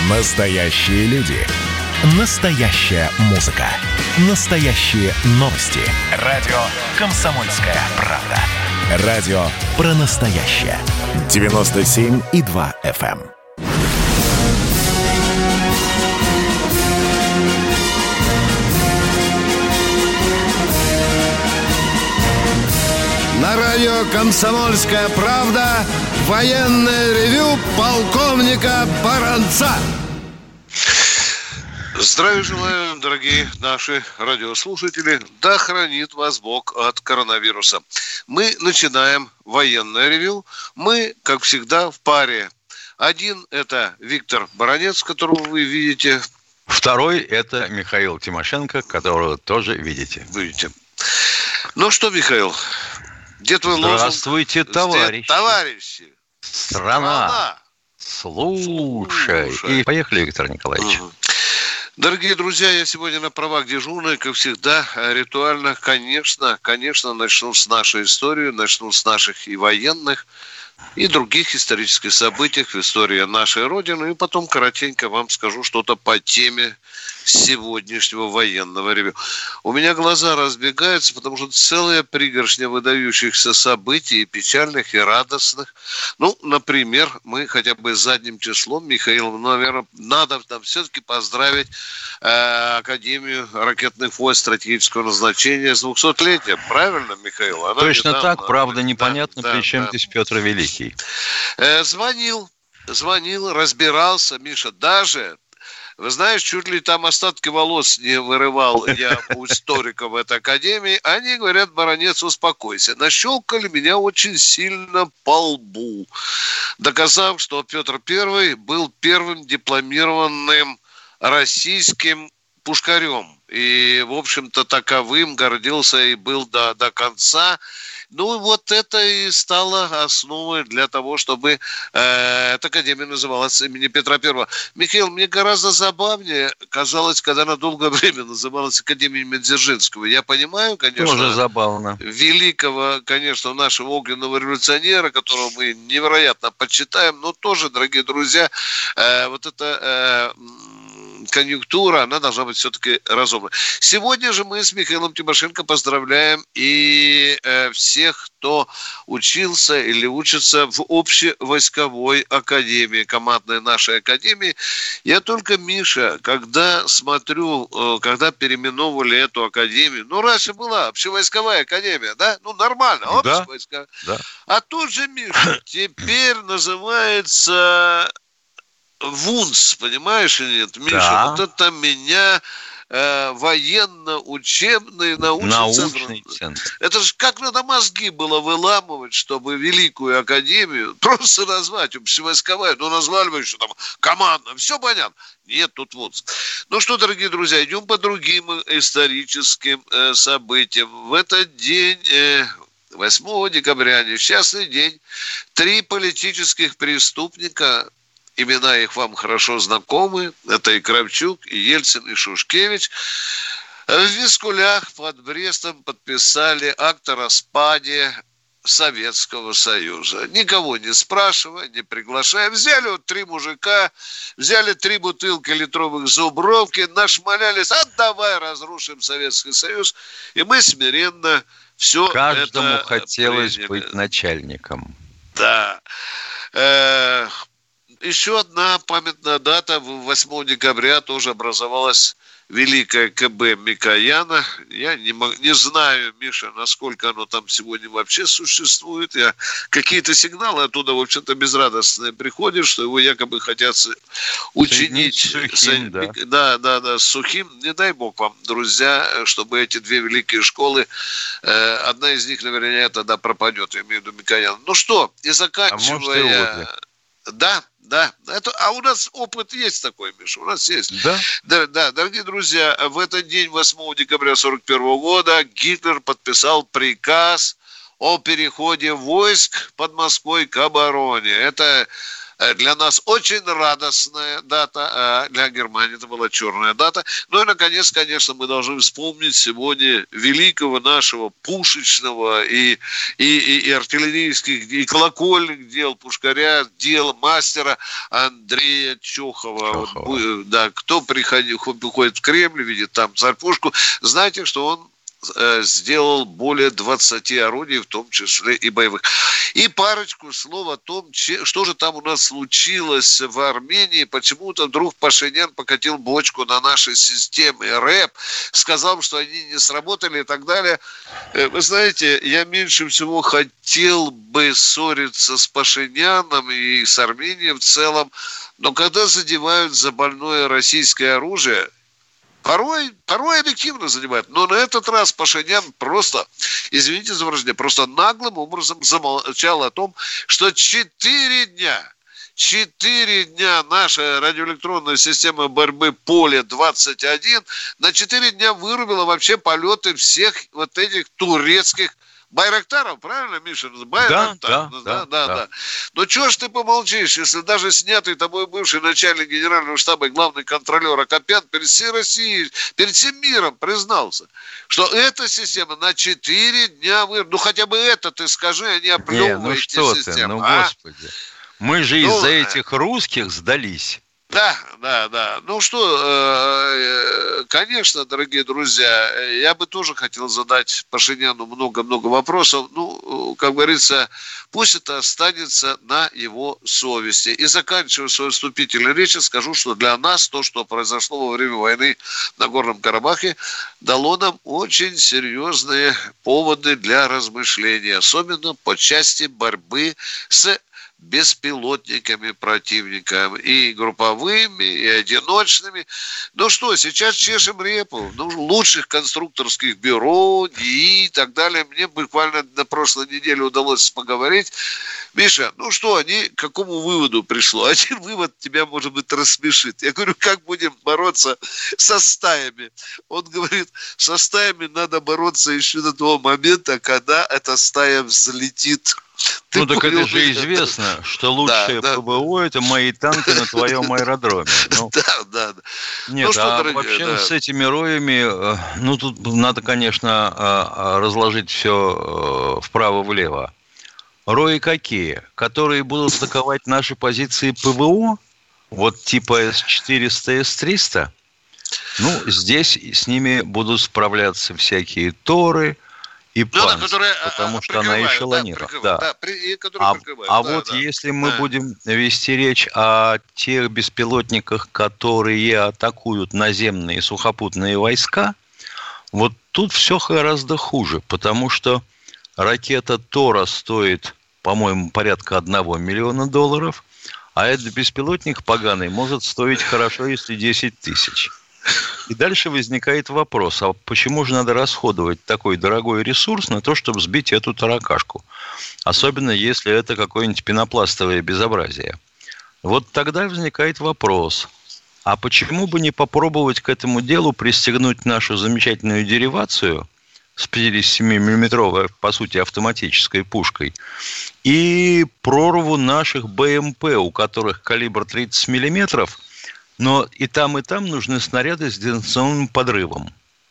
Настоящие люди. Настоящая музыка. Настоящие новости. Радио «Комсомольская правда». Радио про настоящее. 97,2 FM. На радио «Комсомольская правда» военное ревю полковника Баранца. Здравия желаю, дорогие наши радиослушатели. Да хранит вас Бог от коронавируса. Мы начинаем военное ревю. Мы, как всегда, в паре. Один – это Виктор Баранец, которого вы видите. Второй – это Михаил Тимошенко, которого тоже видите. Видите. Ну что, Михаил, где твой лозунг? Здравствуйте, товарищи. Товарищи. Страна. Слушай. И поехали, Виктор Николаевич. Угу. Дорогие друзья, я сегодня на правах дежурной, как всегда, ритуально, конечно, начну с нашей истории, начну с наших и военных, и других исторических событий в истории нашей Родины, и потом коротенько вам скажу что-то по теме сегодняшнего военного ревю. У меня глаза разбегаются, потому что целая пригоршня выдающихся событий, и печальных, и радостных. Ну, например, мы хотя бы задним числом, Михаил, наверное, надо там все-таки поздравить Академию ракетных войск стратегического назначения с 200-летием. Правильно, Михаил? Она точно недавно... так, правда, непонятно, да, при чем здесь Петр Великий. Звонил, разбирался, Миша, даже... Вы знаете, чуть ли там остатки волос не вырывал я у историков этой академии. Они говорят: Баранец, успокойся. Нащелкали меня очень сильно по лбу, доказав, что Петр I был первым дипломированным российским пушкарем. И, в общем-то, таковым гордился и был до конца. Ну, вот это и стало основой для того, чтобы эта академия называлась имени Петра I. Михаил, мне гораздо забавнее казалось, когда она долгое время называлась Академией имени Дзержинского. Я понимаю, конечно, тоже забавно. Великого, конечно, нашего огненного революционера, которого мы невероятно почитаем, но тоже, дорогие друзья, вот это... конъюнктура, она должна быть все-таки разумной. Сегодня же мы с Михаилом Тимошенко поздравляем и всех, кто учился или учится в общевойсковой академии, командной нашей академии. Я только, Миша, когда смотрю, когда переименовывали эту академию, ну, раньше была общевойсковая академия, да? Ну, нормально, общевойсковая. Да. А тут же, Миша, теперь называется... ВУНС, понимаешь или нет, Миша? Да. Вот это меня военно-учебный научный центр. Это же как надо мозги было выламывать, чтобы Великую Академию просто назвать общевойсковая. Ну, назвали бы еще там командно. Все понятно. Нет, тут ВУНС. Ну что, дорогие друзья, идем по другим историческим событиям. В этот день... 8 декабря, несчастный день, 3 политических преступника, имена их вам хорошо знакомы, это и Кравчук, и Ельцин, и Шушкевич, в Вискулях под Брестом подписали акт о распаде Советского Союза. Никого не спрашивая, не приглашая. Взяли вот 3 мужика, взяли 3 бутылки литровых зубровки, нашмалялись, давай разрушим Советский Союз. И мы смиренно все каждому это хотелось приняли. Быть начальником. Да. Еще одна памятная дата. 8 декабря тоже образовалась Великая КБ Микояна. Я не знаю, Миша, насколько оно там сегодня вообще существует. Какие-то сигналы оттуда, в общем-то, безрадостные приходят, что его якобы хотят учинить Сухим, с Сухим. Не дай бог вам, друзья, чтобы эти 2 великие школы, одна из них, наверное, тогда пропадет, я имею в виду Микояна. Ну что, и заканчивая... Да. А у нас опыт есть такой, Миша, у нас есть. Да, дорогие друзья, в этот день, 8 декабря 1941 года, Гитлер подписал приказ о переходе войск под Москвой к обороне. Это Для нас очень радостная дата, а для Германии это была черная дата. Ну и, наконец, конечно, мы должны вспомнить сегодня великого нашего пушечного и артиллерийских, и колокольных дел, пушкаря, дел мастера Андрея Чехова. Вот, да, кто приходит в Кремль, видит там царь-пушку, знаете, что он сделал более 20 орудий, в том числе и боевых. И парочку слов о том, что же там у нас случилось в Армении. Почему-то вдруг Пашинян покатил бочку на нашей системе РЭП, сказал, что они не сработали и так далее. Вы знаете, я меньше всего хотел бы ссориться с Пашиняном и с Арменией в целом, но когда задевают за больное российское оружие, Порой объективно занимает. Но на этот раз Пашинян просто, извините за выражение, просто наглым образом замолчал о том, что 4 дня наша радиоэлектронная система борьбы Поле-21 на 4 дня вырубила вообще полеты всех вот этих турецких Байрактаров, правильно, Миша? Байрактар. Да. Ну, чего ж ты помолчишь, если даже снятый тобой бывший начальник генерального штаба и главный контролер Акопян перед всей Россией, перед всем миром признался, что эта система на 4 дня вырубила. Ну, хотя бы это ты скажи, а не оплевывай эти системы. Господи. Мы же из-за этих русских сдались. Да. Ну что, конечно, дорогие друзья, я бы тоже хотел задать Пашиняну много-много вопросов. Ну, как говорится, пусть это останется на его совести. И заканчивая свою вступительную речь, скажу, что для нас то, что произошло во время войны на Горном Карабахе, дало нам очень серьезные поводы для размышления, особенно по части борьбы с беспилотниками противника, и групповыми, и одиночными. Ну что, сейчас чешем репу. Ну, лучших конструкторских бюро, НИИ и так далее. Мне буквально на прошлой неделе удалось поговорить. Миша, ну что, они к какому выводу пришло? Один вывод тебя, может быть, рассмешит. Я говорю, как будем бороться со стаями? Он говорит, со стаями надо бороться еще до того момента, когда эта стая взлетит. Ну, так это же известно, что лучшее ПВО – это мои танки на твоем аэродроме. Ну, да. Нет, вообще с этими роями, ну, тут надо, конечно, разложить все вправо-влево. Рои какие? Которые будут атаковать наши позиции ПВО? Вот типа С-400, С-300? Ну, здесь с ними будут справляться всякие Торы и Панцирь, потому что она эшелонирована. Если мы будем вести речь о тех беспилотниках, которые атакуют наземные и сухопутные войска, вот тут все гораздо хуже, потому что ракета Тора стоит, по-моему, порядка $1 миллиона, а этот беспилотник поганый может стоить хорошо, если 10 тысяч. И дальше возникает вопрос, а почему же надо расходовать такой дорогой ресурс на то, чтобы сбить эту таракашку? Особенно, если это какое-нибудь пенопластовое безобразие. Вот тогда возникает вопрос, а почему бы не попробовать к этому делу пристегнуть нашу замечательную деривацию с 57-миллиметровой, по сути, автоматической пушкой и прорву наших БМП, у которых калибр 30 миллиметров, но и там нужны снаряды с дистанционным подрывом.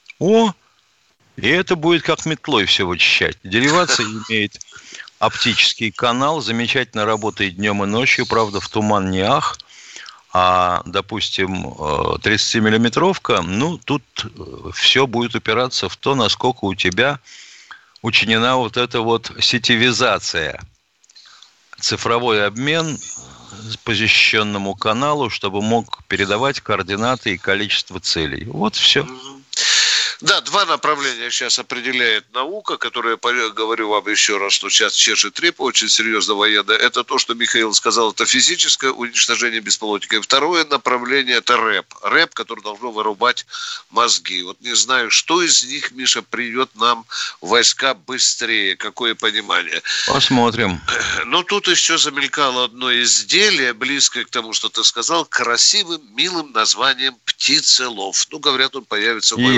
И это будет как метлой все вычищать. Деривация имеет оптический канал, замечательно работает днем и ночью, правда, в туман не ах. А, допустим, 30-миллиметровка, ну, тут все будет упираться в то, насколько у тебя учинена вот эта вот сетевизация. Цифровой обмен по защищенному каналу, чтобы мог передавать координаты и количество целей. Вот все. Да, 2 направления сейчас определяет наука, которая, говорю вам еще раз, что сейчас чешет репу, очень серьезно военная. Это то, что Михаил сказал, это физическое уничтожение беспилотника. И второе направление – это рэп. Рэп, который должно вырубать мозги. Вот не знаю, что из них, Миша, придет нам в войска быстрее. Какое понимание? Посмотрим. Но тут еще замелькало одно изделие, близкое к тому, что ты сказал, красивым, милым названием «Птицелов». Ну, говорят, он появится в моем стране.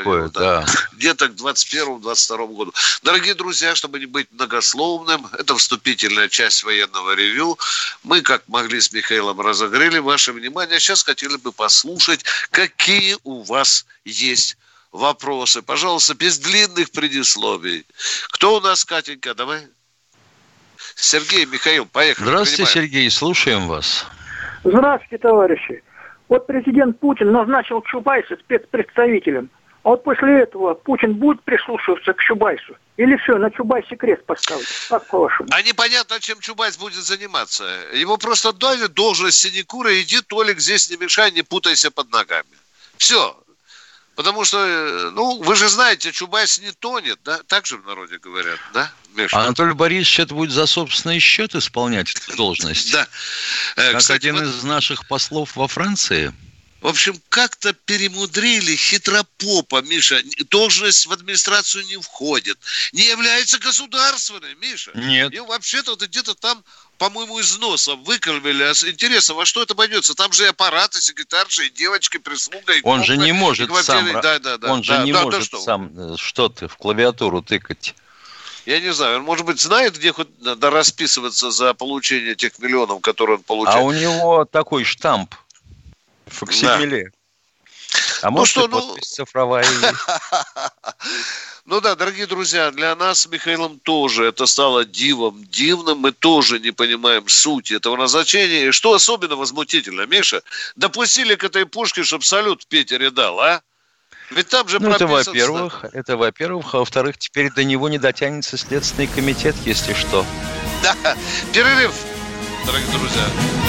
такое, да. Где-то к 21-22 году. Дорогие друзья, чтобы не быть многословным, это вступительная часть военного ревью. Мы, как могли, с Михаилом разогрели ваше внимание. Сейчас хотели бы послушать, какие у вас есть вопросы. Пожалуйста, без длинных предисловий. Кто у нас, Катенька? Давай. Сергей, Михаил, поехали. Здравствуйте, Сергей, слушаем вас. Здравствуйте, товарищи. Вот президент Путин назначил Чубайса спецпредставителем. А вот после этого Путин будет прислушиваться к Чубайсу? Или все, на Чубайсе крест поставить? Как по-вашему? А непонятно, чем Чубайс будет заниматься. Его просто дали должность синекура. Иди, Толик, здесь не мешай, не путайся под ногами. Все. Потому что, вы же знаете, Чубайс не тонет, да? Так же в народе говорят, да, Миша? Анатолий Борисович это будет за собственный счет исполнять эту должность? Да. Как кстати, один из наших послов во Франции. В общем, как-то перемудрили хитропопа, Миша. Должность в администрацию не входит. Не является государственной, Миша. Нет. И вообще-то где-то там, по-моему, из носа выкормили. Интересно, во что это обойдется? Там же и аппараты, секретарши, и девочки, прислуга, и он же не может сам. Он же не может что? сам что-то в клавиатуру тыкать. Я не знаю, он, может быть, знает, где хоть надо расписываться за получение тех миллионов, которые он получает. А у него такой штамп. Факсимиле. Да. А может, подпись цифровая есть? Ну да, дорогие друзья, для нас с Михаилом тоже это стало дивным. Мы тоже не понимаем сути этого назначения. И что особенно возмутительно, Миша, допустили к этой пушке, чтобы салют в Питере дал, а? Ведь там же прописано... Это во-первых. А во-вторых, теперь до него не дотянется Следственный комитет, если что. Да, перерыв, дорогие друзья.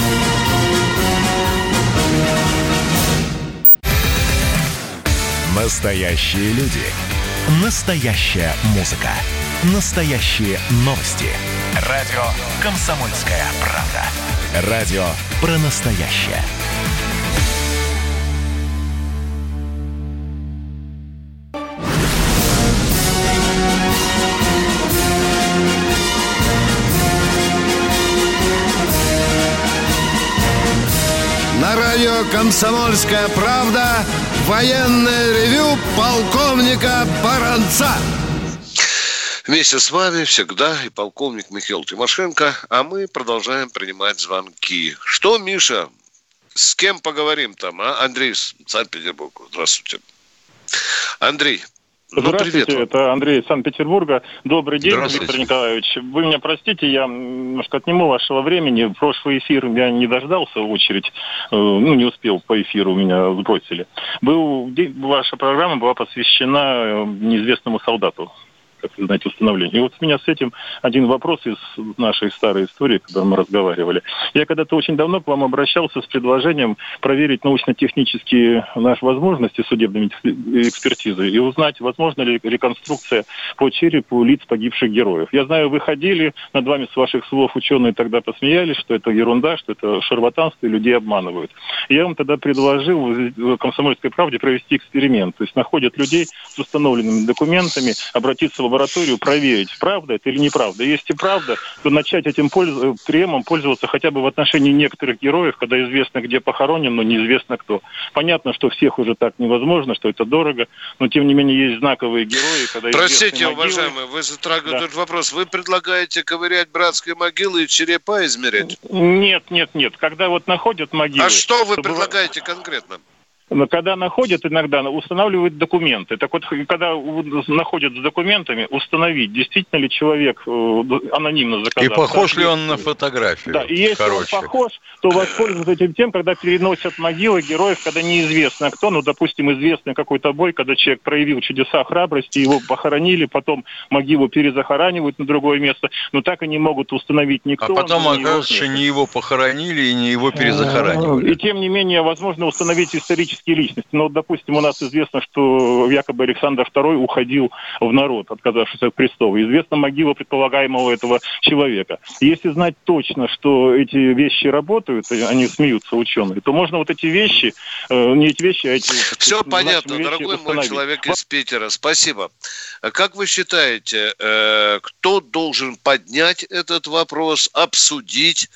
Настоящие люди. Настоящая музыка. Настоящие новости. Радио «Комсомольская правда». Радио про настоящее. На радио «Комсомольская правда» военное ревю полковника Баранца. Вместе с вами всегда и полковник Михаил Тимошенко, а мы продолжаем принимать звонки. Что, Миша, с кем поговорим там, а? Андрей, Санкт-Петербург, здравствуйте. Андрей. Здравствуйте, привет. Это Андрей из Санкт-Петербурга. Добрый день, Виктор Николаевич. Вы меня простите, я немножко отниму вашего времени. В прошлый эфир я не дождался в очередь, не успел по эфиру, меня сбросили. Ваша программа была посвящена неизвестному солдату, как вы знаете, установлению. И вот у меня с этим один вопрос из нашей старой истории, когда мы разговаривали. Я когда-то очень давно к вам обращался с предложением проверить научно-технические наши возможности судебной экспертизы и узнать, возможно ли реконструкция по черепу лиц погибших героев. Я знаю, вы ходили, над вами с ваших слов ученые тогда посмеялись, что это ерунда, что это шарлатанство и людей обманывают. Я вам тогда предложил в «Комсомольской правде» провести эксперимент. То есть находят людей с установленными документами, обратиться в лабораторию, проверить, правда это или неправда. Если правда, то начать этим приемом пользоваться хотя бы в отношении некоторых героев, когда известно, где похоронен, но неизвестно кто. Понятно, что всех уже так невозможно, что это дорого, но тем не менее есть знаковые герои, когда Простите, уважаемые, вы затрагивааете этот вопрос. Вы предлагаете ковырять братские могилы и черепа измерять? Нет. Когда вот находят могилы... А что вы предлагаете конкретно? Когда находят, иногда устанавливают документы. Так вот, когда находят с документами, установить, действительно ли человек анонимно заказал. И похож ли он на фотографию? Да, и если он похож, то воспользуются этим тем, когда переносят могилы героев, когда неизвестно кто, допустим, известный какой-то бой, когда человек проявил чудеса храбрости, его похоронили, потом могилу перезахоранивают на другое место, но так и не могут установить никто. А потом, оказывается, что не его похоронили и не его перезахоранивали. И тем не менее, возможно установить исторические личности. Но, допустим, у нас известно, что якобы Александр II уходил в народ, отказавшись от престола. Известна могила предполагаемого этого человека. Если знать точно, что эти вещи работают, они смеются, ученые, то можно вот эти вещи, не эти вещи, а эти... Все понятно, дорогой мой человек из Питера. Спасибо. Как вы считаете, кто должен поднять этот вопрос, обсудить?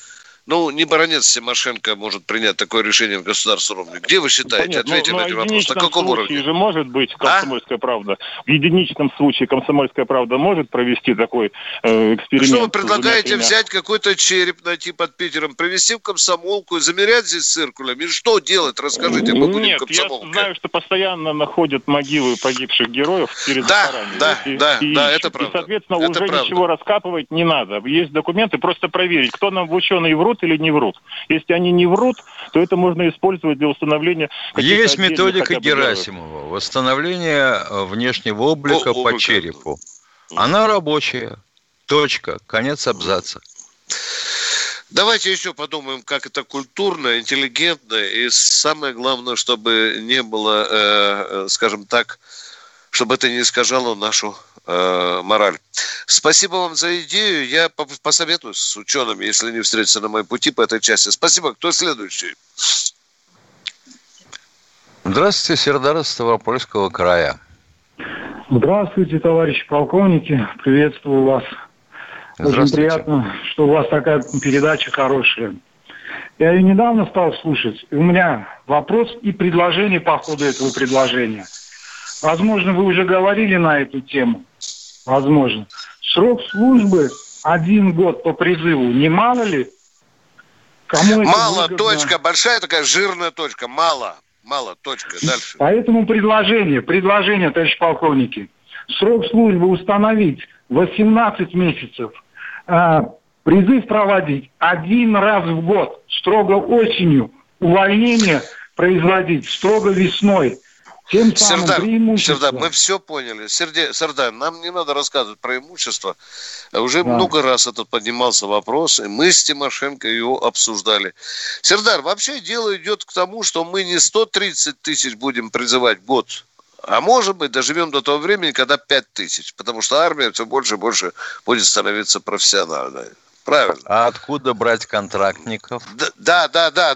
Ну, не баронец Тимошенко может принять такое решение в государственном уровне. Где вы считаете? Ответьте на этот вопрос. На каком уровне? Же может быть «Комсомольская правда». В единичном случае «Комсомольская правда» может провести такой эксперимент. Что вы предлагаете взять какой-то череп, найти под Питером, привезти в комсомолку и замерять здесь циркулем? И что делать? Расскажите, мы будем комсомолкой. Я знаю, что постоянно находят могилы погибших героев перед захоронением. Да, это правда. И, соответственно, уже ничего раскапывать не надо. Есть документы, просто проверить, кто нам ученые врут или не врут. Если они не врут, то это можно использовать для установления... Есть методика Герасимова. Восстановление внешнего облика по черепу. Она рабочая. Точка. Конец абзаца. Давайте еще подумаем, как это культурно, интеллигентно, и самое главное, чтобы не было, скажем так, чтобы это не искажало нашу мораль. Спасибо вам за идею. Я посоветуюсь с учеными, если они встретятся на моем пути по этой части. Спасибо. Кто следующий? Здравствуйте, Сердар из Ставропольского края. Здравствуйте, товарищи полковники. Приветствую вас. Очень приятно, что у вас такая передача хорошая. Я ее недавно стал слушать. И у меня вопрос и предложение по ходу этого предложения. Возможно, вы уже говорили на эту тему. Возможно. Срок службы 1 год по призыву. Не мало ли? Кому это мало, выгодно? Точка. Большая такая жирная точка. Мало, точка. Дальше. Поэтому предложение, товарищи полковники. Срок службы установить 18 месяцев. Призыв проводить 1 раз в год. Строго осенью. Увольнение производить строго весной. Тем самым преимущество. Сердар, мы все поняли. Сердар, нам не надо рассказывать про имущество. Уже много раз этот поднимался вопрос, и мы с Тимошенко его обсуждали. Сердар, вообще дело идет к тому, что мы не 130 тысяч будем призывать в год, а может быть доживем до того времени, когда 5 тысяч, потому что армия все больше и больше будет становиться профессиональной. Правильно. А откуда брать контрактников? Да,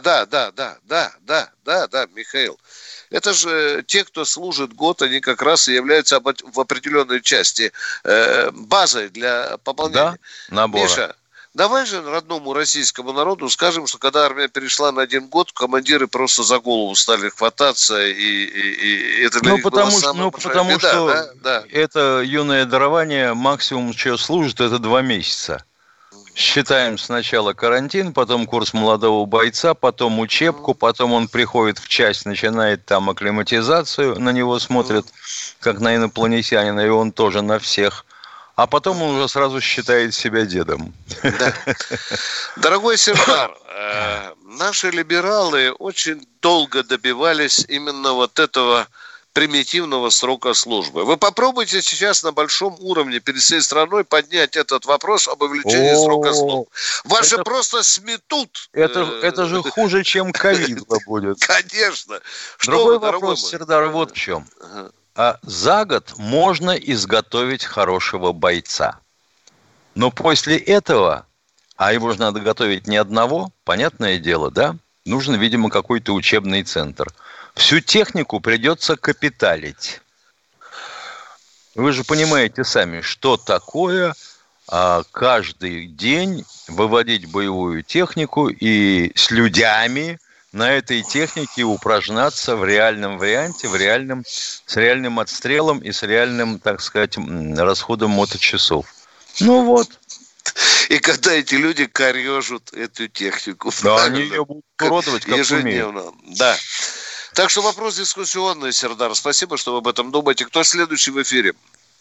Михаил. Это же те, кто служит год, они как раз и являются в определенной части базой для пополнения. Да, набора. Миша, давай же родному российскому народу скажем, что когда армия перешла на 1 год, командиры просто за голову стали хвататься, и это для них была самая большая беда. Да? Это юное дарование, максимум, что служит, это 2 месяца. Считаем сначала карантин, потом курс молодого бойца, потом учебку, потом он приходит в часть, начинает там акклиматизацию, на него смотрят как на инопланетянина, и он тоже на всех. А потом он уже сразу считает себя дедом. Да. Дорогой Сердар, наши либералы очень долго добивались именно вот этого примитивного срока службы. Вы попробуйте сейчас на большом уровне перед всей страной поднять этот вопрос об увеличении срока службы. Вас же просто сметут. Это же хуже, чем ковид будет. Конечно. Другой вопрос, Сердар, вот в чем. За год можно изготовить хорошего бойца. Но после этого, а его же надо готовить не одного, понятное дело, да? Нужен, видимо, какой-то учебный центр. Всю технику придется капиталить. Вы же понимаете сами, что такое каждый день выводить боевую технику и с людьми на этой технике упражняться в реальном варианте, с реальным отстрелом и с реальным, так сказать, расходом моточасов. Ну вот. И когда эти люди корежут эту технику. Да, они ее будут уродовать, как ежедневно. Умеют. Да. Так что вопрос дискуссионный, Сердар. Спасибо, что вы об этом думаете. Кто следующий в эфире?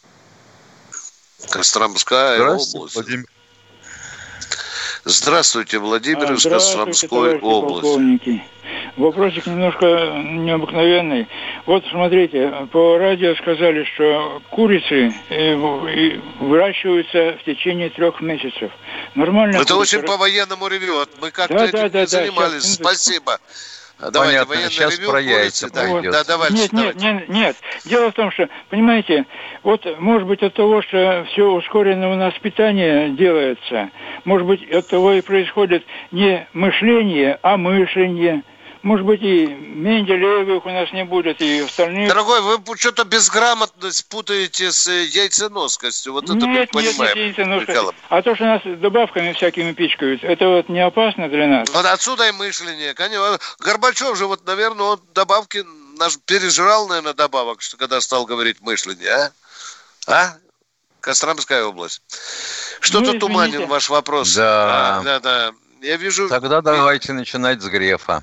Костромская область. Владимир. Здравствуйте, Владимир из Костромской области. Полковники. Вопросик немножко необыкновенный. Вот смотрите, по радио сказали, что курицы выращиваются в течение 3 месяцев. Нормально. Это очень по военному ревью. Мы как-то этим не занимались. Сейчас, спасибо. Давайте, понятно, сейчас про яйца пойдет. Да, давайте. Нет. Дело в том, что, понимаете, вот, может быть, от того, что все ускоренно у нас питание делается, может быть, от того и происходит не мышление, а мышление. может быть, и Менделеевых у нас не будет, и остальных. Дорогой, вы что-то безграмотность путаете с яйценоскостью. Вот это мы понимаем. Нет, яйценоскость. А то, что нас добавками всякими пичкают, это вот не опасно для нас? Вот отсюда и мышление. Конечно. Горбачев же, вот, наверное, он добавки, пережрал, наверное, добавок, что когда стал говорить мышление, а? Костромская область. Что-то туманен ваш вопрос. Да. Да. Я вижу... Тогда давайте начинать с Грефа.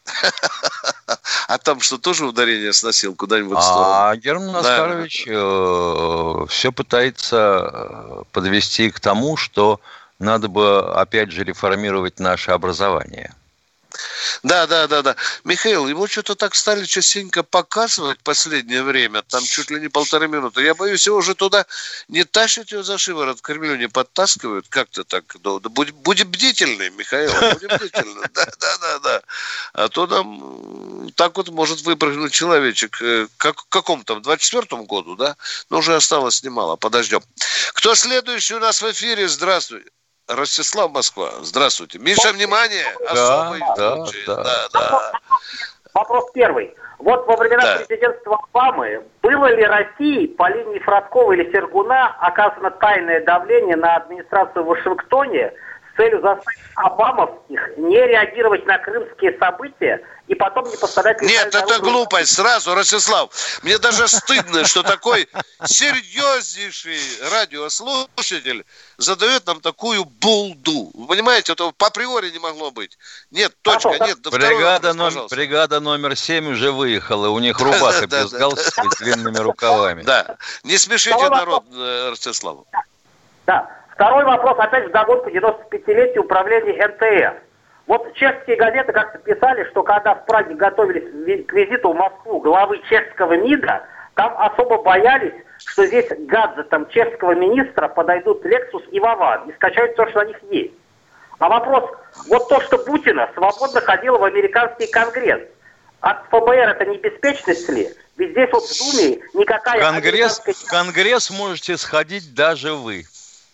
А там что, тоже ударение сносил куда-нибудь в сторону? А Герман Оскарович все пытается подвести к тому, что надо бы, опять же, реформировать наше образование. Да. Михаил, ему что-то так стали частенько показывать в последнее время, там чуть ли не 1,5 минуты. Я боюсь, его уже туда не тащат его за шиворот, к Кремлю не подтаскивают. Как-то так. Будем бдительны, Михаил, будем бдительны. Да. А то нам так вот может выпрыгнуть человечек. Как в каком там, 24-м году, да? Но уже осталось немало, подождем. Кто следующий у нас в эфире? Здравствуйте. Ростислав, Москва. Здравствуйте. Миша, внимание. Особый случай. Да. Вопрос первый. Вот во времена президентства Обамы было ли России по линии Фродкова или Сергуна оказано тайное давление на администрацию в Вашингтоне с целью заставить обамовских не реагировать на крымские события и потом не поставлять... Нет, это глупость. Сразу, Ростислав, мне даже стыдно, что такой серьезнейший радиослушатель задает нам такую булду. Вы понимаете, это априори не могло быть. Нет, точка, нет. Бригада номер 7 уже выехала. У них рубаха без галстука с длинными рукавами. Да, не смешите народ, Ростислав. Да. Второй вопрос, опять вдогонку 95-летию управления МТС. Вот чешские газеты как-то писали, что когда в Праге готовились к визиту в Москву главы чешского МИДа, там особо боялись, что здесь гаджетам чешского министра подойдут Lexus и Вован и скачают все, что на них есть. А вопрос, вот то, что Путина свободно ходила в американский конгресс, от ФБР это не беспечность ли? Ведь здесь вот в Думе никакая... В конгресс можете сходить даже вы.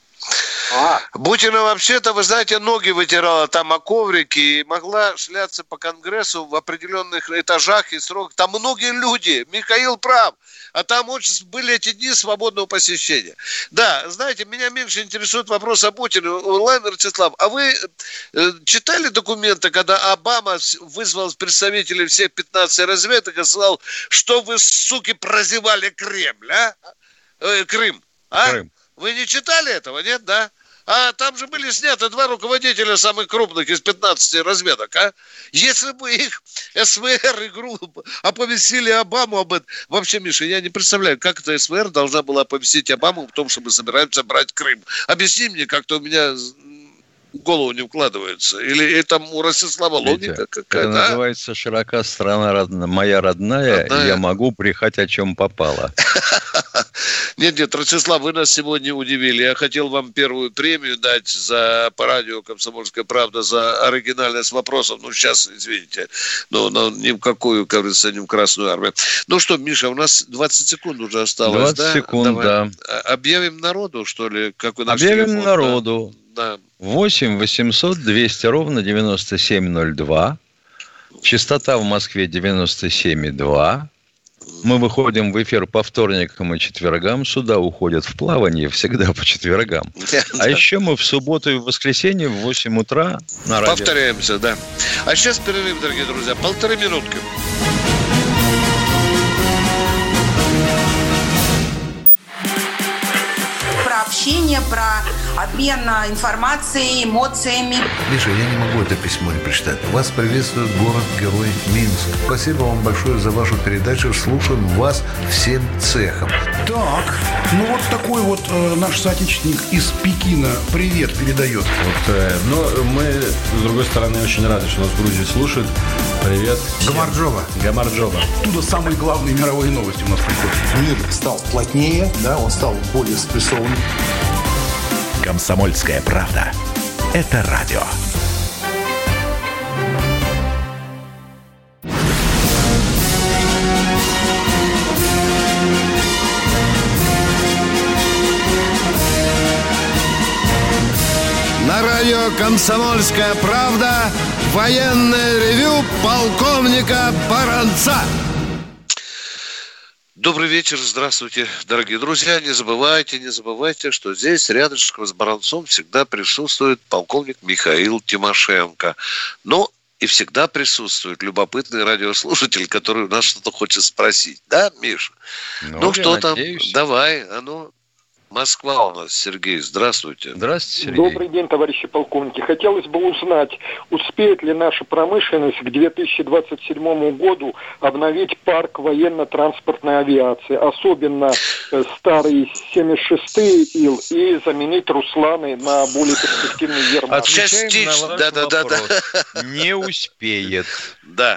Бутина вообще-то, вы знаете, ноги вытирала там о коврики и могла шляться по Конгрессу в определенных этажах и сроках. Там многие люди, Михаил прав, а там очень были эти дни свободного посещения. Да, знаете, меня меньше интересует вопрос о Путине. Онлайн, Ростислав, а вы читали документы, когда Обама вызвал представителей всех 15 разведок и сказал, что вы, суки, прозевали Кремль, Крым, Крым. Вы не читали этого, нет, да? А там же были сняты 2 руководителя самых крупных из 15 разведок, а? Если бы их СВР и группа оповестили Обаму об этом... Вообще, Миша, я не представляю, как это СВР должна была оповестить Обаму о том, что мы собираемся брать Крым. Объясни мне, как-то у меня в голову не укладывается. Или там у Ростислава логика какая-то? Это называется «Широка страна моя родная, и я могу брехать, о чем попало». Нет, Ростислав, вы нас сегодня удивили. Я хотел вам первую премию дать по радио «Комсомольская правда» за оригинальность вопросов. Сейчас, извините, но ни в какую, как говорится, ни в Красную армию. Ну что, Миша, у нас 20 секунд уже осталось, 20 секунд, давай. Да. Объявим народу, что ли? Как объявим телефон, народу. Да. 8 800 200 ровно 9702. Частота в Москве 97,2. Мы выходим в эфир по вторникам и четвергам. Сюда уходят в плавание всегда по четвергам. А еще мы в субботу и в воскресенье в 8 утра на радио. Повторяемся, да. А сейчас перерыв, дорогие друзья. 1,5 минутки. Про общение, про обмен информацией, эмоциями. Миша, я не могу это письмо не прочитать. Вас приветствует город-герой Минск. Спасибо вам большое за вашу передачу. Слушаем вас всем цехом. Так, ну вот такой вот наш соотечественник из Пекина привет передает. Но мы, с другой стороны, очень рады, что нас в Грузии слушают. Привет. Гамарджоба. Оттуда самые главные мировые новости у нас приходят. Мир стал плотнее, да, он стал более спрессованным. «Комсомольская правда». Это радио. На радио «Комсомольская правда» военное ревю полковника Баранца. Добрый вечер, здравствуйте, дорогие друзья. Не забывайте, что здесь рядышком с Баранцом всегда присутствует полковник Михаил Тимошенко. Но и всегда присутствует любопытный радиослушатель, который у нас что-то хочет спросить. Да, Миша? Ну что там? Давай, Москва у нас, Сергей, здравствуйте. Здравствуйте, Сергей. Добрый день, товарищи полковники. Хотелось бы узнать, успеет ли наша промышленность к 2027 году обновить парк военно-транспортной авиации, особенно старые 76-е ил, и заменить Русланы на более перспективный Ермак. Частично, да. Не успеет. Да.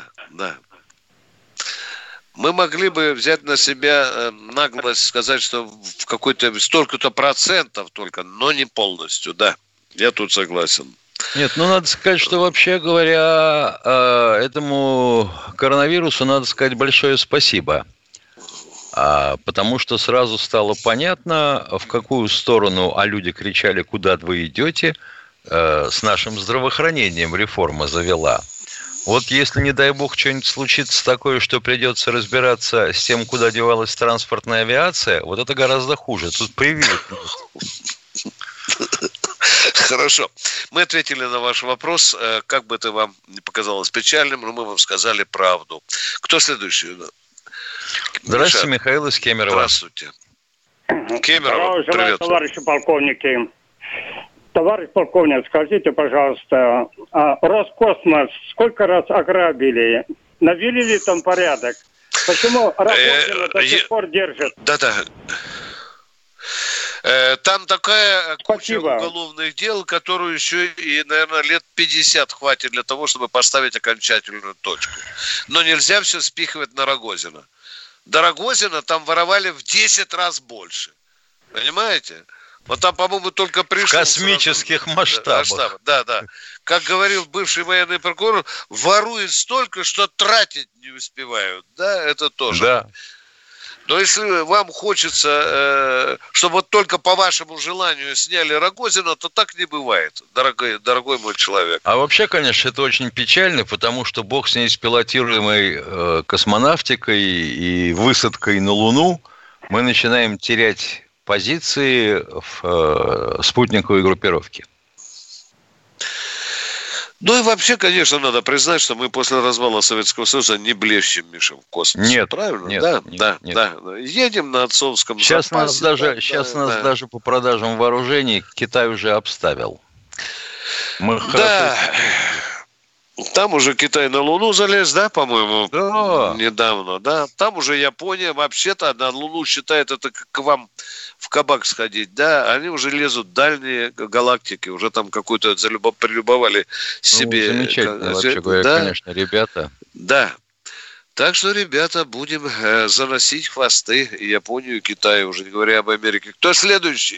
Мы могли бы взять на себя наглость сказать, что в какой-то столько-то процентов только, но не полностью, да. Я тут согласен. Нет, надо сказать, что вообще говоря, этому коронавирусу надо сказать большое спасибо. Потому что сразу стало понятно, в какую сторону, а люди кричали, куда вы идете, с нашим здравоохранением реформа завела. Вот если, не дай бог, что-нибудь случится такое, что придется разбираться с тем, куда девалась транспортная авиация, вот это гораздо хуже. Тут прививок. Хорошо. Мы ответили на ваш вопрос. Как бы это вам не показалось печальным, но мы вам сказали правду. Кто следующий? Здравствуйте, Михаил из Кемерово. Здравствуйте. Кемерово, привет. Товарищи полковники. Товарищ полковник, скажите, пожалуйста, Роскосмос сколько раз ограбили? Навели ли там порядок? Почему Рогозина до сих пор держат? Да. Там такая куча уголовных дел, которую еще и, наверное, лет 50 хватит для того, чтобы поставить окончательную точку. Но нельзя все спихивать на Рогозина. До Рогозина там воровали в 10 раз больше. Понимаете? Вот там, по-моему, только пришел... В космических масштабах. Да. Как говорил бывший военный прокурор, воруют столько, что тратить не успевают. Да, это тоже. Да. Но если вам хочется, чтобы вот только по вашему желанию сняли Рогозина, то так не бывает, дорогой мой человек. А вообще, конечно, это очень печально, потому что бог с ней, с пилотируемой космонавтикой и высадкой на Луну, мы начинаем терять позиции в спутниковой группировке. Ну и вообще, конечно, надо признать, что мы после развала Советского Союза не блещем, Миша, в космосе. Нет, правильно? Нет. Да. Едем на отцовском сейчас запасе. Сейчас нас даже по продажам вооружений Китай уже обставил. Мы Там уже Китай на Луну залез, да, по-моему? Да. Недавно, да. Там уже Япония вообще-то на Луну считает это как к вам в кабак сходить, да. Они уже лезут в дальние галактики, уже там какую-то прилюбовали себе. Замечательно, вообще говоря, да? Конечно, ребята. Да. Так что, ребята, будем заносить хвосты Японию и Китаю, уже не говоря об Америке. Кто следующий?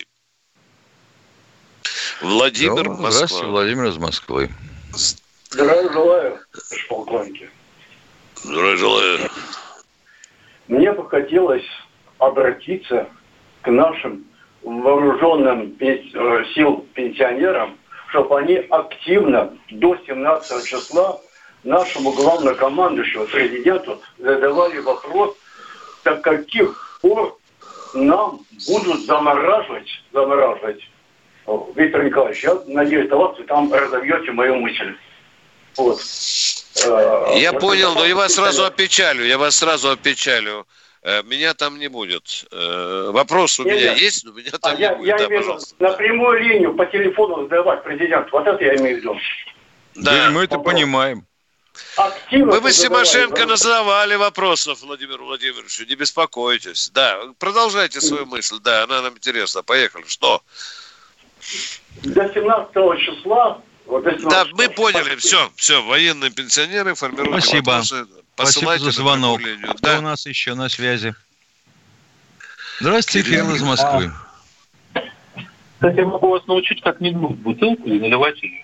Владимир, Москва. Здравствуйте, Владимир из Москвы. Здравия желаю, полковники. Здравия желаю. Мне бы хотелось обратиться к нашим вооруженным сил пенсионерам, чтобы они активно до 17 числа нашему главнокомандующему президенту задавали вопрос, до каких пор нам будут замораживать. Виктор Николаевич, я надеюсь, что вы там разовьете мою мысль. Вот. Я понял, но я вас сразу опечалю. Меня там не будет. Вопрос у меня есть, но меня там не будет. Я имею в виду на прямую линию по телефону задавать президенту. Вот это я имею в виду. Да, мы это понимаем. Вы бы Тимошенко называли вопросов, Владимиру Владимировичу, не беспокойтесь. Да, продолжайте свою мысль. Да, она нам интересна. Поехали. Что? До 17 числа... Да, мы поняли. Все. Военные пенсионеры формируют вопросы. Спасибо за звонок. Кто у нас еще на связи? Здравствуйте, Кирилл из Москвы. Кстати, я могу вас научить, как не гнуть бутылку и наливать ее.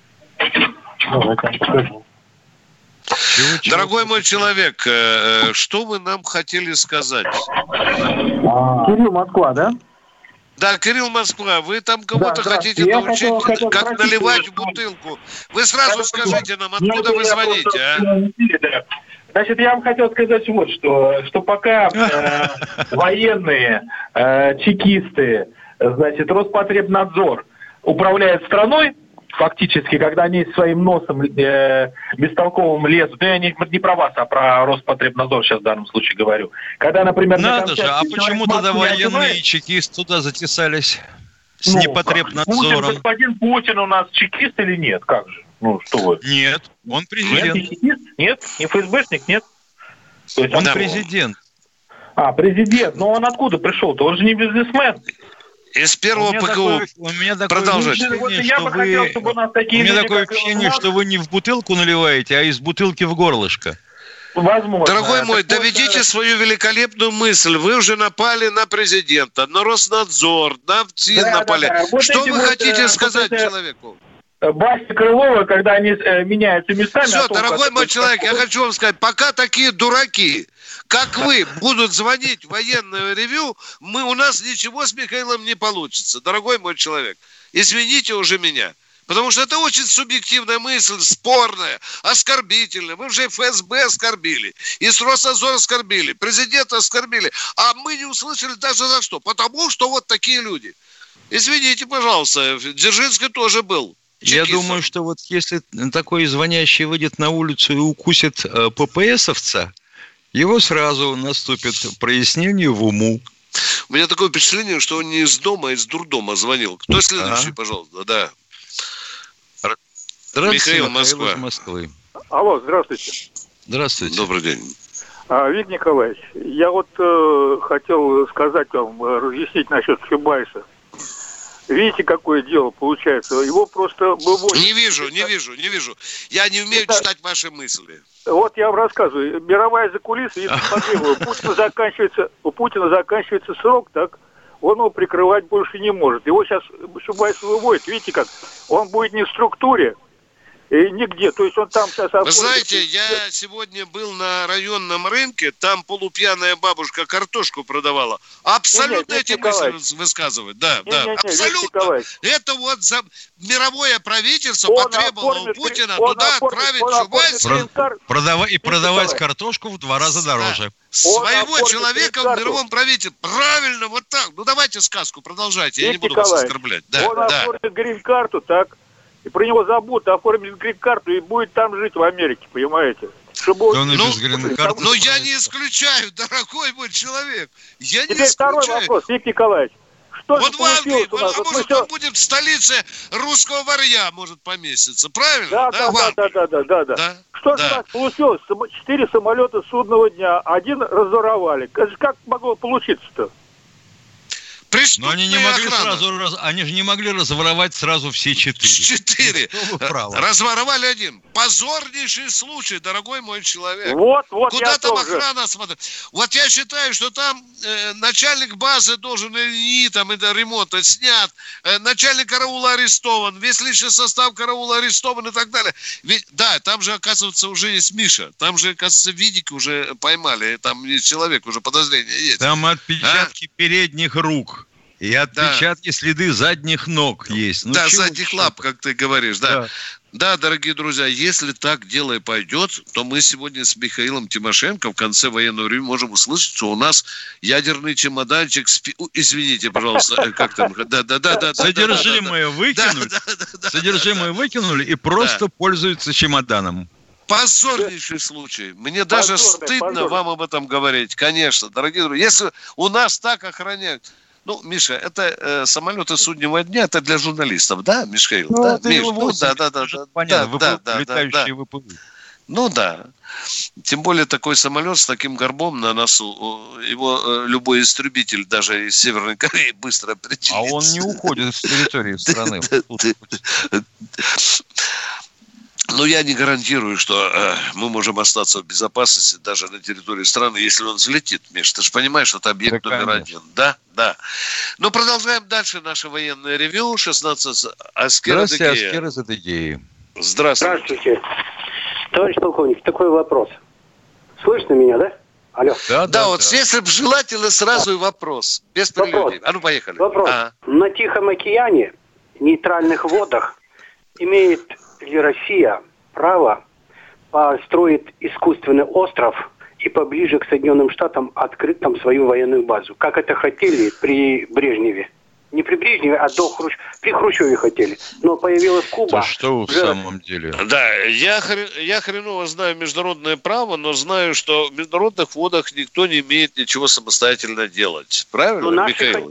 Дорогой мой человек, что вы нам хотели сказать? Кирилл, Москва, да? Да, Кирилл, Москва, вы там кого-то хотите научить, как наливать в бутылку. Вы сразу скажите нам, откуда вы звоните, а? Значит, я вам хотел сказать вот что пока военные, чекисты, значит, Роспотребнадзор управляет страной, фактически, когда они своим носом бестолковым лезут, я не про вас, а про Роспотребнадзор сейчас в данном случае говорю. Когда, например... Надо же, а почему тогда военные чекисты туда затесались с непотребнадзором? Господин Путин у нас чекист или нет? Как же? Ну, что вы? Нет, он президент. Нет, не чекист? Нет? Не ФСБшник? Нет? То есть он президент. Президент. Но он откуда пришел-то? Он же не бизнесмен. Из первого ПКУ. У меня такое ощущение, что вы не в бутылку наливаете, а из бутылки в горлышко. Возможно. Дорогой мой, доведите свою великолепную мысль. Вы уже напали на президента, на Роснадзор, на ФЦИН напали. Что вы хотите сказать человеку? Басня Крылова, когда они меняются местами... Все, дорогой мой человек, я хочу вам сказать, пока такие дураки, как вы, будут звонить в военное ревью, у нас ничего с Михаилом не получится. Дорогой мой человек, извините уже меня. Потому что это очень субъективная мысль, спорная, оскорбительная. Вы уже ФСБ оскорбили, и с Роснадзор оскорбили, президента оскорбили. А мы не услышали даже за что. Потому что вот такие люди. Извините, пожалуйста, Дзержинский тоже был. Я думаю, что вот если такой звонящий выйдет на улицу и укусит ППСовца, его сразу наступит прояснение в уму. У меня такое впечатление, что он не из дома, а из дурдома звонил. Кто следующий, пожалуйста? Да. Здравствуйте, Михаил, Москва. Из Москвы. Алло, здравствуйте. Здравствуйте. Добрый день. Виктор Николаевич, я вот хотел сказать вам, разъяснить насчет Чубайса. Видите, какое дело получается? Его просто выводят... Не вижу. Я не умею читать ваши мысли. Вот я вам рассказываю. Мировая закулиса, если у Путина заканчивается срок, так он его прикрывать больше не может. Его сейчас Чубайс выводит. Видите как? Он будет не в структуре, и нигде. То есть он там сейчас... Вы знаете, я сегодня был на районном рынке, там полупьяная бабушка картошку продавала. Абсолютно эти мысли высказывает. Да, абсолютно. Это вот за мировое правительство потребовало у Путина туда отправить Чубайса. Продавать картошку в 2 раза дороже. Своего человека в мировом правительстве. Правильно, вот так. Ну давайте сказку продолжайте, я не буду вас оскорблять. Он оформит грин-карту, так? И про него забудут, оформит грин-карту и будет там жить в Америке, понимаете? Но я не исключаю, дорогой мой человек. Я не исключаю. Второй вопрос, Виктор Николаевич. Что вот в Англии, может, он будет в столице русского варья, может поместиться, правильно? Да. Что же у нас получилось? 4 самолета судного дня, 1 разворовали. Как могло получиться-то? Но они не могли они же не могли разворовать сразу все 4. Разворовали 1. Позорнейший случай, дорогой мой человек. Вот куда там охрана смотрит? Вот я считаю, что там начальник базы должен или там это ремонт снят, начальник караула арестован, весь личный состав караула арестован и так далее. Ведь, да, там же, оказывается, уже есть Миша. Там же, оказывается, видики уже поймали. Там человек уже подозрение есть. Там отпечатки передних рук. И отпечатки, следы задних ног есть. Да, задних лап, как ты говоришь, да. Да, дорогие друзья, если так дело и пойдет, то мы сегодня с Михаилом Тимошенко в конце военного времени можем услышать, что у нас ядерный чемоданчик... Извините, пожалуйста, как там... Да. Содержимое выкинули и просто пользуются чемоданом. Позорнейший случай. Мне даже стыдно вам об этом говорить. Конечно, дорогие друзья. Если у нас так охраняют... Ну, Миша, это самолеты суднего дня, это для журналистов, да, Михаил? Да, Миш, понятно, летающие ВПУ. Ну да. Тем более такой самолет с таким горбом на носу, его любой истребитель даже из Северной Кореи быстро причинит. А он не уходит с территории страны. Но я не гарантирую, что мы можем остаться в безопасности даже на территории страны, если он взлетит, Миш. Ты же понимаешь, что это объект номер 1. Да. Но продолжаем дальше наше военное ревью. 16 Аскер из Адыгеи. Здравствуйте. Товарищ полковник, такой вопрос. Слышно меня, да? Алло. Да, вот если бы желательно сразу и вопрос. Без прелюдий. А ну, поехали. Вопрос. На Тихом океане, нейтральных водах, имеет ли Россия право построить искусственный остров и поближе к Соединенным Штатам открыть там свою военную базу? Как это хотели при Брежневе? Не при Брежневе, а при Хрущеве хотели. Но появилась Куба. Да что вы в самом деле? Да, я хреново знаю международное право, но знаю, что в международных водах никто не имеет ничего самостоятельно делать. Правильно, Михаил?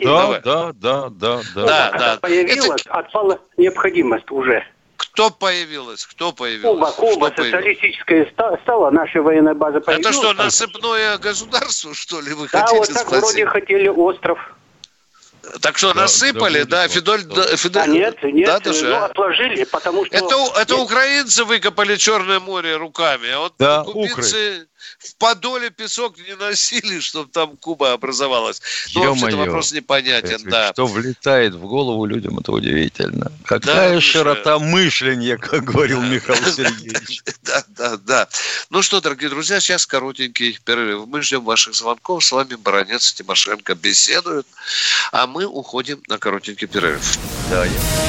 Да. Появилась, отпала необходимость уже. Кто появилась? Куба социалистическая стала, наша военная база появилась. Это что, насыпное государство, что ли, вы хотели вот так спросить? Вроде хотели остров. Так что насыпали, да, Фидель... Нет, отложили, потому что... Это украинцы выкопали Черное море руками, а вот кубинцы в Подоле песок не носили, чтобы там Куба образовалась. Вообще-то вопрос непонятен, да. Что влетает в голову людям, это удивительно. Какая широта мышления, как говорил Михаил Сергеевич. Да. Ну что, дорогие друзья, сейчас коротенький перерыв. Мы ждем ваших звонков. С вами Баранец и Тимошенко беседуют, а мы уходим на коротенький перерыв. Да,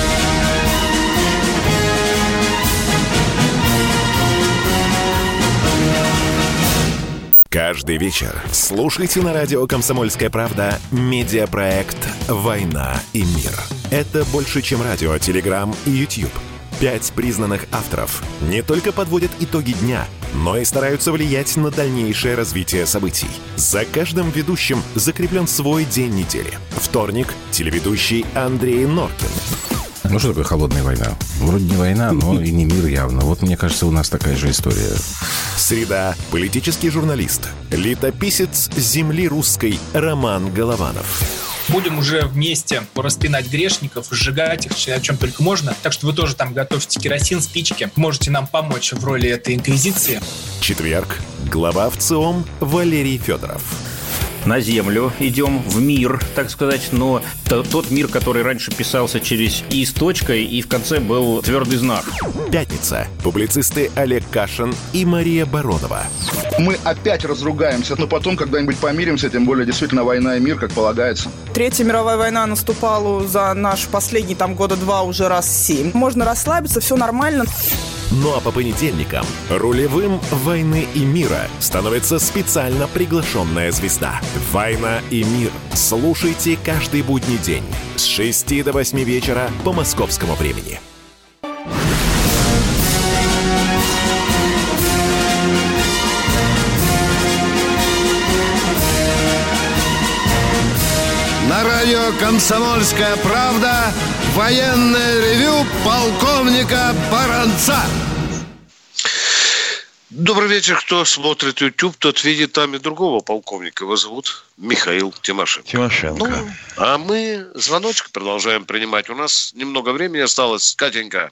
Каждый вечер слушайте на радио «Комсомольская правда» медиапроект «Война и мир». Это больше, чем радио, телеграм и YouTube. 5 признанных авторов не только подводят итоги дня, но и стараются влиять на дальнейшее развитие событий. За каждым ведущим закреплен свой день недели. Вторник – телеведущий Андрей Норкин. Ну, что такое холодная война? Вроде не война, но и не мир явно. Вот, мне кажется, у нас такая же история. Среда. Политический журналист, летописец земли русской Роман Голованов. Будем уже вместе распинать грешников, сжигать их, о чем только можно. Так что вы тоже там готовьте керосин, спички. Можете нам помочь в роли этой инквизиции. Четверг. Глава ВЦИОМ Валерий Федоров. На землю идем, в мир, так сказать, но тот мир, который раньше писался через «и» с точкой, и в конце был твердый знак. Пятница. Публицисты Олег Кашин и Мария Баронова. Мы опять разругаемся, но потом когда-нибудь помиримся, тем более действительно война и мир, как полагается. Третья мировая война наступала за наш последний года 2 уже раз 7. Можно расслабиться, все нормально. Ну а по понедельникам рулевым «Войны и мира» становится специально приглашенная звезда. «Война и мир». Слушайте каждый будний день с 6 до 8 вечера по московскому времени. На радио «Комсомольская правда» военное ревю полковника Баранца. Добрый вечер. Кто смотрит YouTube, тот видит там и другого полковника. Его зовут Михаил Тимошенко. А мы звоночек продолжаем принимать. У нас немного времени осталось. Катенька.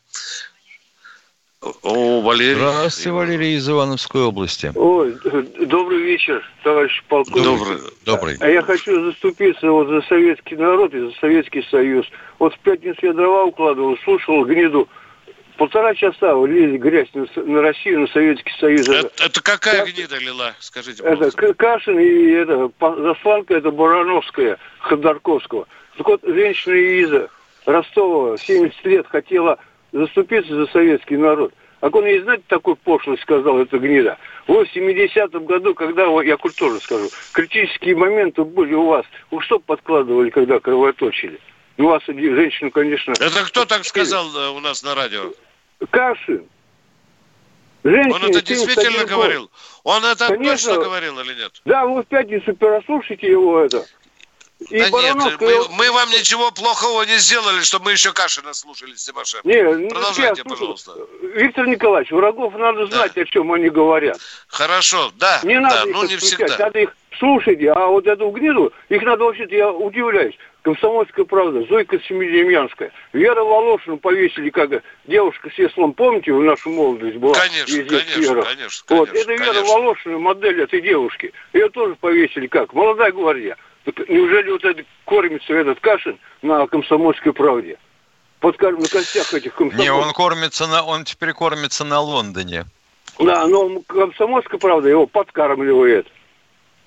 Валерий. Здравствуйте, Валерий из Ивановской области. Ой, добрый вечер, товарищ полковник. Добрый. А я хочу заступиться за советский народ и за Советский Союз. Вот в пятницу я дрова укладывал, слушал гниду. 1,5 часа лили грязь на Россию, на Советский Союз. Это какая гнида лила? Скажите, пожалуйста. Это Кашин и засланка, это Барановская, Ходорковского. Так вот, женщина из Ростова 70 лет хотела заступиться за советский народ. А он ей, знаете, такую пошлость сказал, эта гнида. Вы в 70-м году, когда, я культурно скажу, критические моменты были у вас, вы что подкладывали, когда кровоточили? У вас женщину, конечно... Это кто так сказал у нас на радио? Кашин. Он это действительно говорил? Он это точно говорил или нет? Да, вы в пятницу переслушайте его это. Да нет, мы вам ничего плохого не сделали, чтобы мы еще Кашина слушали, Тимошенко. Продолжайте, пожалуйста. Виктор Николаевич, врагов надо знать, о чем они говорят. Хорошо, да. Не надо их не всегда. Надо их слушать, а вот эту гниду, их надо вообще-то, я удивляюсь, «Комсомольская правда», Зойка Семидемьянская, Вера Волошину повесили, как девушка с веслом, помните, в нашу молодость была? Конечно. Вот, это Вера Волошина, модель этой девушки. Ее тоже повесили как? Молодая гвардия. Так неужели вот это кормится этот Кашин на «Комсомольской правде»? На костях этих комсомольцев. Не, он теперь кормится на Лондоне. Да, но «Комсомольская правда» его подкармливает.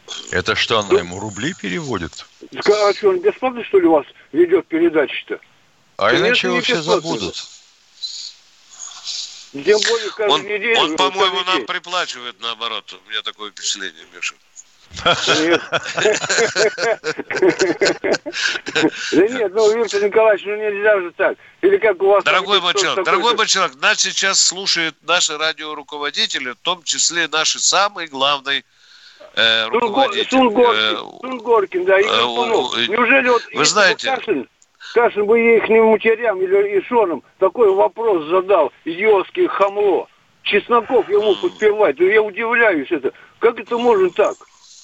Это что, она ему рубли переводит? А что, он бесплатно, что ли, у вас ведет передачи-то? А иначе его все забудут. Тем более каждую неделю... Он, по-моему, нам приплачивает, наоборот. У меня такое впечатление, Миша. Да нет, Виктор Николаевич, нельзя же так. Или как у вас... Дорогой мой человек, нас сейчас слушают наши радиоруководители, в том числе наши самый главный руководитель. Сунгоркин, да, Игорь Пунов. Неужели вот... Вы знаете... Кашин бы их матерям или Ишонам такой вопрос задал, идиотский хамло. Чесноков ему подпевать. Я удивляюсь это. Как это можно так?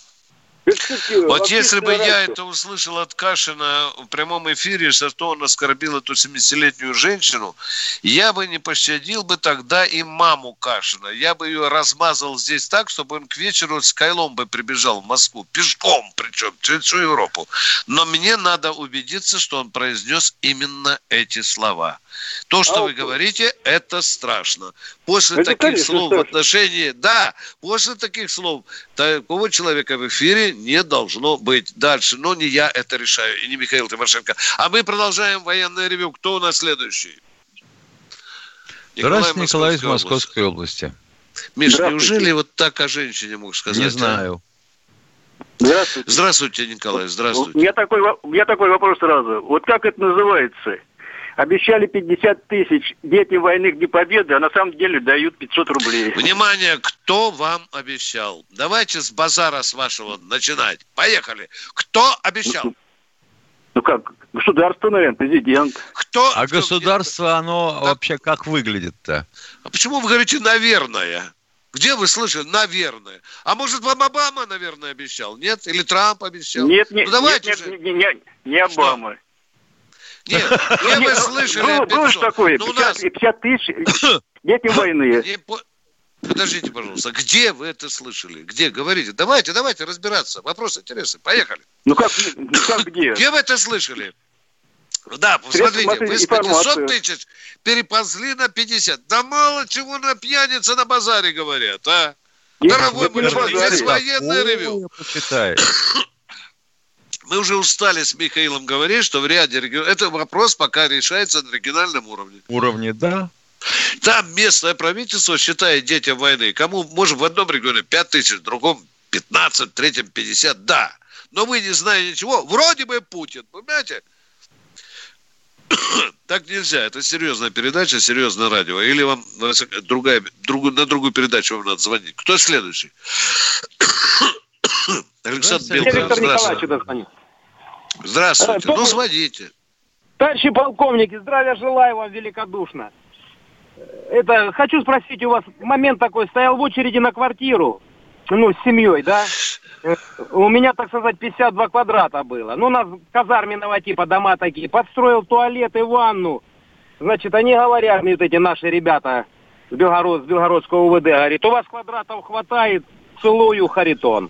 Вот если бы я это услышал от Кашина в прямом эфире, что он оскорбил эту 70-летнюю женщину, я бы не пощадил бы тогда и маму Кашина. Я бы ее размазал здесь так, чтобы он к вечеру с Кайлом бы прибежал в Москву. Пешком причем, через всю Европу. Но мне надо убедиться, что он произнес именно эти слова. То, что вы говорите, это страшно. После это, таких слов страшно. В отношении... Да, после таких слов такого человека в эфире не должно быть. Дальше. Но не я это решаю, и не Михаил Тимошенко. А мы продолжаем военное ревью. Кто у нас следующий? Здравствуйте, Николай из Московской области. Миш, неужели вот так о женщине мог сказать? Не знаю. Здравствуйте, Николай, здравствуйте. У меня такой вопрос сразу. Вот как это называется? Обещали 50 тысяч детям войны к Дню Победы, а на самом деле дают 500 рублей. Внимание, кто вам обещал? Давайте с базара с вашего начинать. Поехали. Кто обещал? Ну как? Государство, наверное, президент. Кто? А государство, оно вообще как выглядит-то? А почему вы говорите «наверное»? Где вы слышали «наверное»? А может, вам Обама, наверное, обещал? Нет? Или Трамп обещал? Нет, ну, давайте не Обама. Нет, вы слышали. Было же такое, 50 тысяч детям войны. Подождите, пожалуйста, где вы это слышали? Где? Говорите. Давайте разбираться. Вопрос интересный. Поехали. Ну как где? Где вы это слышали? Да, посмотрите, вы с 500 тысяч переползли на 50. Да мало чего на пьянице на базаре говорят, а? Дорогой мой человек, здесь военное ревью. Мы уже устали с Михаилом говорить, что в ряде регионов... Это вопрос пока решается на региональном уровне. Да. Там местное правительство считает детям войны. Кому, может, в одном регионе 5 тысяч, в другом 15, в третьем 50. Да. Но вы не знаете ничего. Вроде бы Путин. Понимаете? Так нельзя. Это серьезная передача, серьезное радио. Или вам на другую передачу вам надо звонить. Кто следующий? Александр Белгород. Здравствуйте. Здравствуйте. Ну, звоните. Товарищи полковники, здравия желаю вам великодушно. Хочу спросить у вас, момент такой, стоял в очереди на квартиру, с семьей, да? У меня, так сказать, 52 квадрата было. У нас казарменного типа дома такие. Подстроил туалет и ванну. Значит, они говорят, мне вот эти наши ребята с Белгородского УВД, говорит, у вас квадратов хватает, целую, Харитон.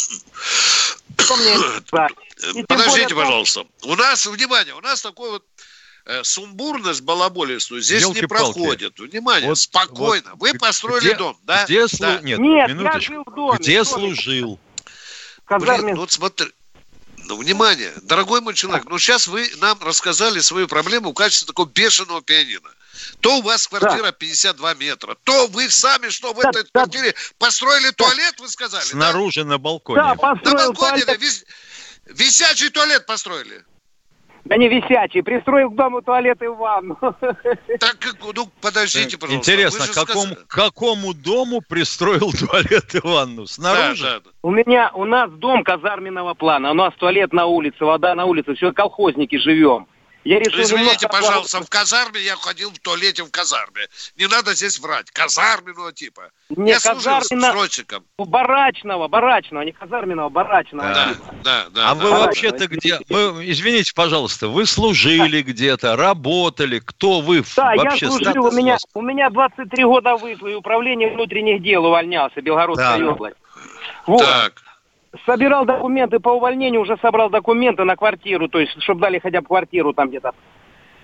Подождите, пожалуйста. У нас такой вот сумбурность балаболистую здесь не проходит. Внимание, спокойно. Вы построили дом, да? Нет, минуточку. Я жил в доме. Где служил? Вот смотри. Внимание, дорогой мой человек, сейчас вы нам рассказали свою проблему в качестве такого бешеного пианино. То у вас квартира 52 метра, то вы сами что в этой квартире построили туалет, вы сказали? Снаружи на балконе. Да, построил на балконе туалет. Висячий туалет построили. Да не висячий, пристроил к дому туалет и ванну. Так, подождите, пожалуйста. Интересно, какому дому пристроил туалет и ванну? Снаружи? Да. У нас дом казарменного плана, у нас туалет на улице, вода на улице, все колхозники живем. Я решил извините, пожалуйста, в казарме я ходил в туалете в казарме. Не надо здесь врать. Казарменного типа. Не я служил срочником. Барачного, не казарменного, барачного. Да. А вы вообще-то где? Извините, пожалуйста, вы служили где-то, работали? Кто вы вообще? Я служил, у меня 23 года вышло, и управление внутренних дел увольнялся, Белгородская область. Вот. Так. Собирал документы по увольнению, уже собрал документы на квартиру, то есть, чтобы дали хотя бы квартиру там где-то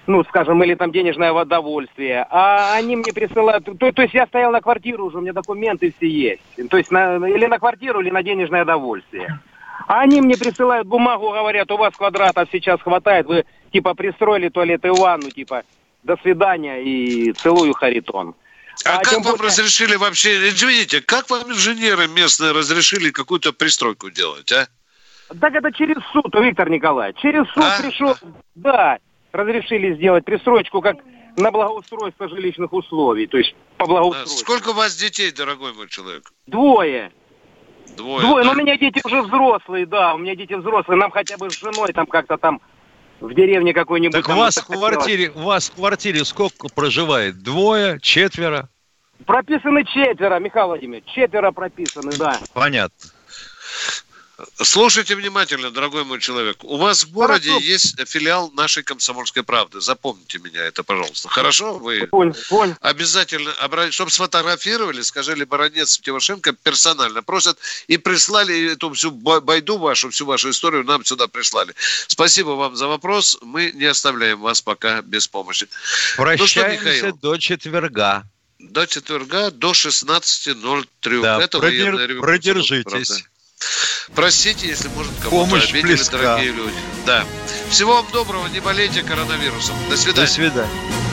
ну, скажем, или там денежное удовольствие, а они мне присылают, то есть я стоял на квартиру уже, у меня документы все есть, то есть или на квартиру, или на денежное удовольствие. А они мне присылают бумагу, говорят, у вас квадратов сейчас хватает, вы типа пристроили туалет и ванну, типа до свидания и целую, Харитон. А как вам разрешили вообще, извините, как вам инженеры местные разрешили какую-то пристройку делать, а? Так это через суд, Виктор Николаевич, через суд пришел, да, разрешили сделать пристройку как на благоустройство жилищных условий, то есть по благоустройству. Сколько у вас детей, дорогой мой человек? Двое. Да? Но у меня дети уже взрослые, да, у меня дети взрослые, нам хотя бы с женой там как-то там в деревне какой-нибудь. Так у вас в квартире сколько проживает? 2, 4? Прописаны 4, Михаил Владимирович, 4 прописаны, да. Понятно. Слушайте внимательно, дорогой мой человек. У вас в городе есть филиал нашей «Комсомольской правды». Запомните меня это, пожалуйста. Хорошо? Вы понял. Обязательно, чтобы сфотографировали, скажили, Баранец, Тимошенко персонально просят и прислали эту всю байду вашу, всю вашу историю нам сюда прислали. Спасибо вам за вопрос. Мы не оставляем вас пока без помощи. Прощаемся до четверга. До четверга, до 16:03. Да, это продержитесь. Простите, если, может, кому-то обидели, дорогие люди. Да. Всего вам доброго, не болейте коронавирусом. До свидания. До свидания.